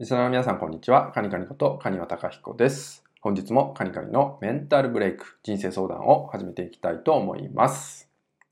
リスナーの皆さん、こんにちは。カニカニことカニワタカヒコです。本日もカニカニのメンタルブレイク、人生相談を始めていきたいと思います。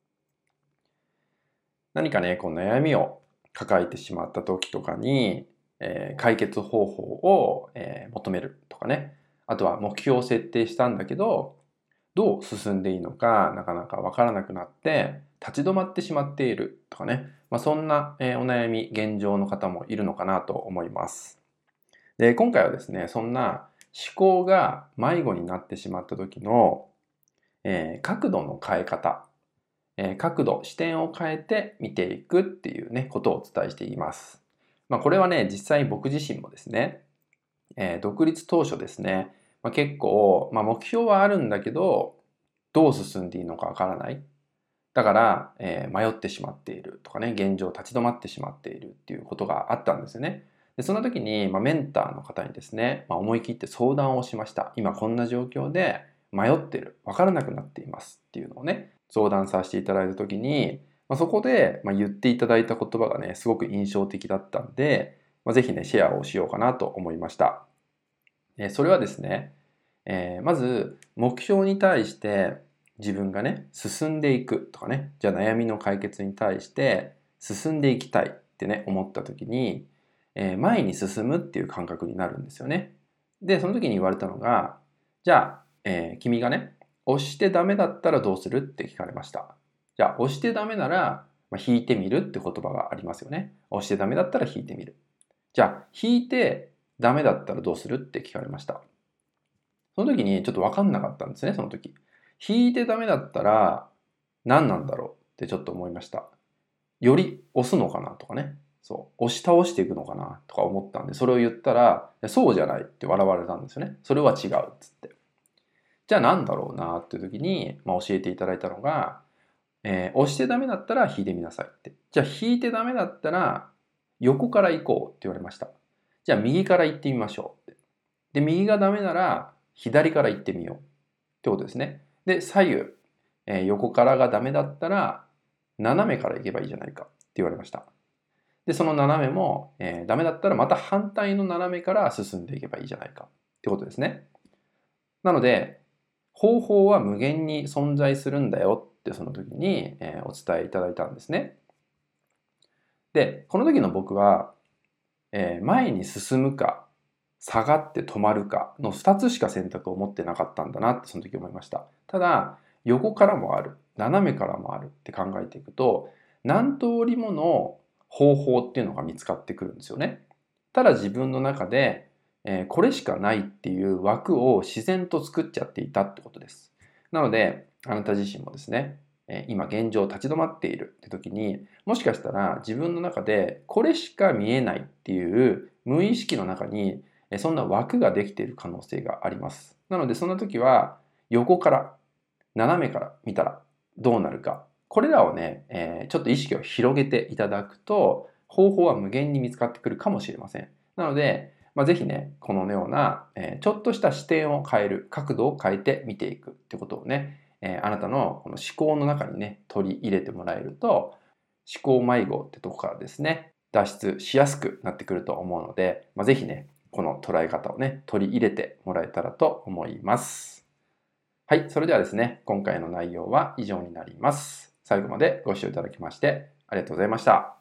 何かね、こう悩みを抱えてしまった時とかに、解決方法を、求めるとかね。あとは目標を設定したんだけど、どう進んでいいのかなかなかわからなくなって立ち止まってしまっているとかね。そんな、お悩み、現状の方もいるのかなと思います。で、今回はですね、そんな思考が迷子になってしまった時の、角度の変え方、角度、視点を変えて見ていくっていうね、ことをお伝えしています。これはね、実際僕自身もですね、独立当初ですね、結構、目標はあるんだけど、どう進んでいいのかわからない。だから、迷ってしまっているとかね、現状立ち止まってしまっているっていうことがあったんですよね。で、その時に、メンターの方にですね、思い切って相談をしました。今こんな状況で迷ってる、わからなくなっていますっていうのをね、相談させていただいた時に、そこで、言っていただいた言葉がね、すごく印象的だったんで、ぜひね、シェアをしようかなと思いました。それはですね、まず目標に対して自分がね、進んでいくとかね、じゃあ悩みの解決に対して進んでいきたいってね、思った時に、前に進むっていう感覚になるんですよね。で、その時に言われたのが、じゃあ、君がね、押してダメだったらどうするって聞かれました。じゃあ、押してダメなら、引いてみるって言葉がありますよね。押してダメだったら引いてみる。じゃあ、引いてダメだったらどうするって聞かれました。その時にちょっと分かんなかったんですね、その時。引いてダメだったら何なんだろうってちょっと思いました。より押すのかなとかね。そう。押し倒していくのかなとか思ったんで、それを言ったら、そうじゃないって笑われたんですよね。それは違うっつって。じゃあ何だろうなっていう時に、教えていただいたのが、押してダメだったら引いてみなさいって。じゃあ引いてダメだったら横から行こうって言われました。じゃあ右から行ってみましょうって。で、右がダメなら左から行ってみようってことですね。で、左右、横からがダメだったら斜めから行けばいいじゃないかって言われました。で、その斜めも、ダメだったらまた反対の斜めから進んでいけばいいじゃないかってことですね。なので、方法は無限に存在するんだよってその時に、お伝えいただいたんですね。で、この時の僕は、前に進むか下がって止まるかの2つしか選択を持ってなかったんだなってその時思いました。ただ、横からもある、斜めからもあるって考えていくと、何通りもの方法っていうのが見つかってくるんですよね。ただ自分の中で、これしかないっていう枠を自然と作っちゃっていたってことです。なので、あなた自身もですね、今現状立ち止まっているって時に、もしかしたら自分の中でこれしか見えないっていう無意識の中にそんな枠ができている可能性があります。なのでそんな時は横から斜めから見たらどうなるか。これらをね、ちょっと意識を広げていただくと方法は無限に見つかってくるかもしれません。なので、ぜひね、このような、ちょっとした視点を変える、角度を変えて見ていくってことをね、あなたのこの思考の中にね、取り入れてもらえると、思考迷子ってとこからですね、脱出しやすくなってくると思うので、ぜひね、この捉え方をね、取り入れてもらえたらと思います。はい、それではですね、今回の内容は以上になります。最後までご視聴いただきましてありがとうございました。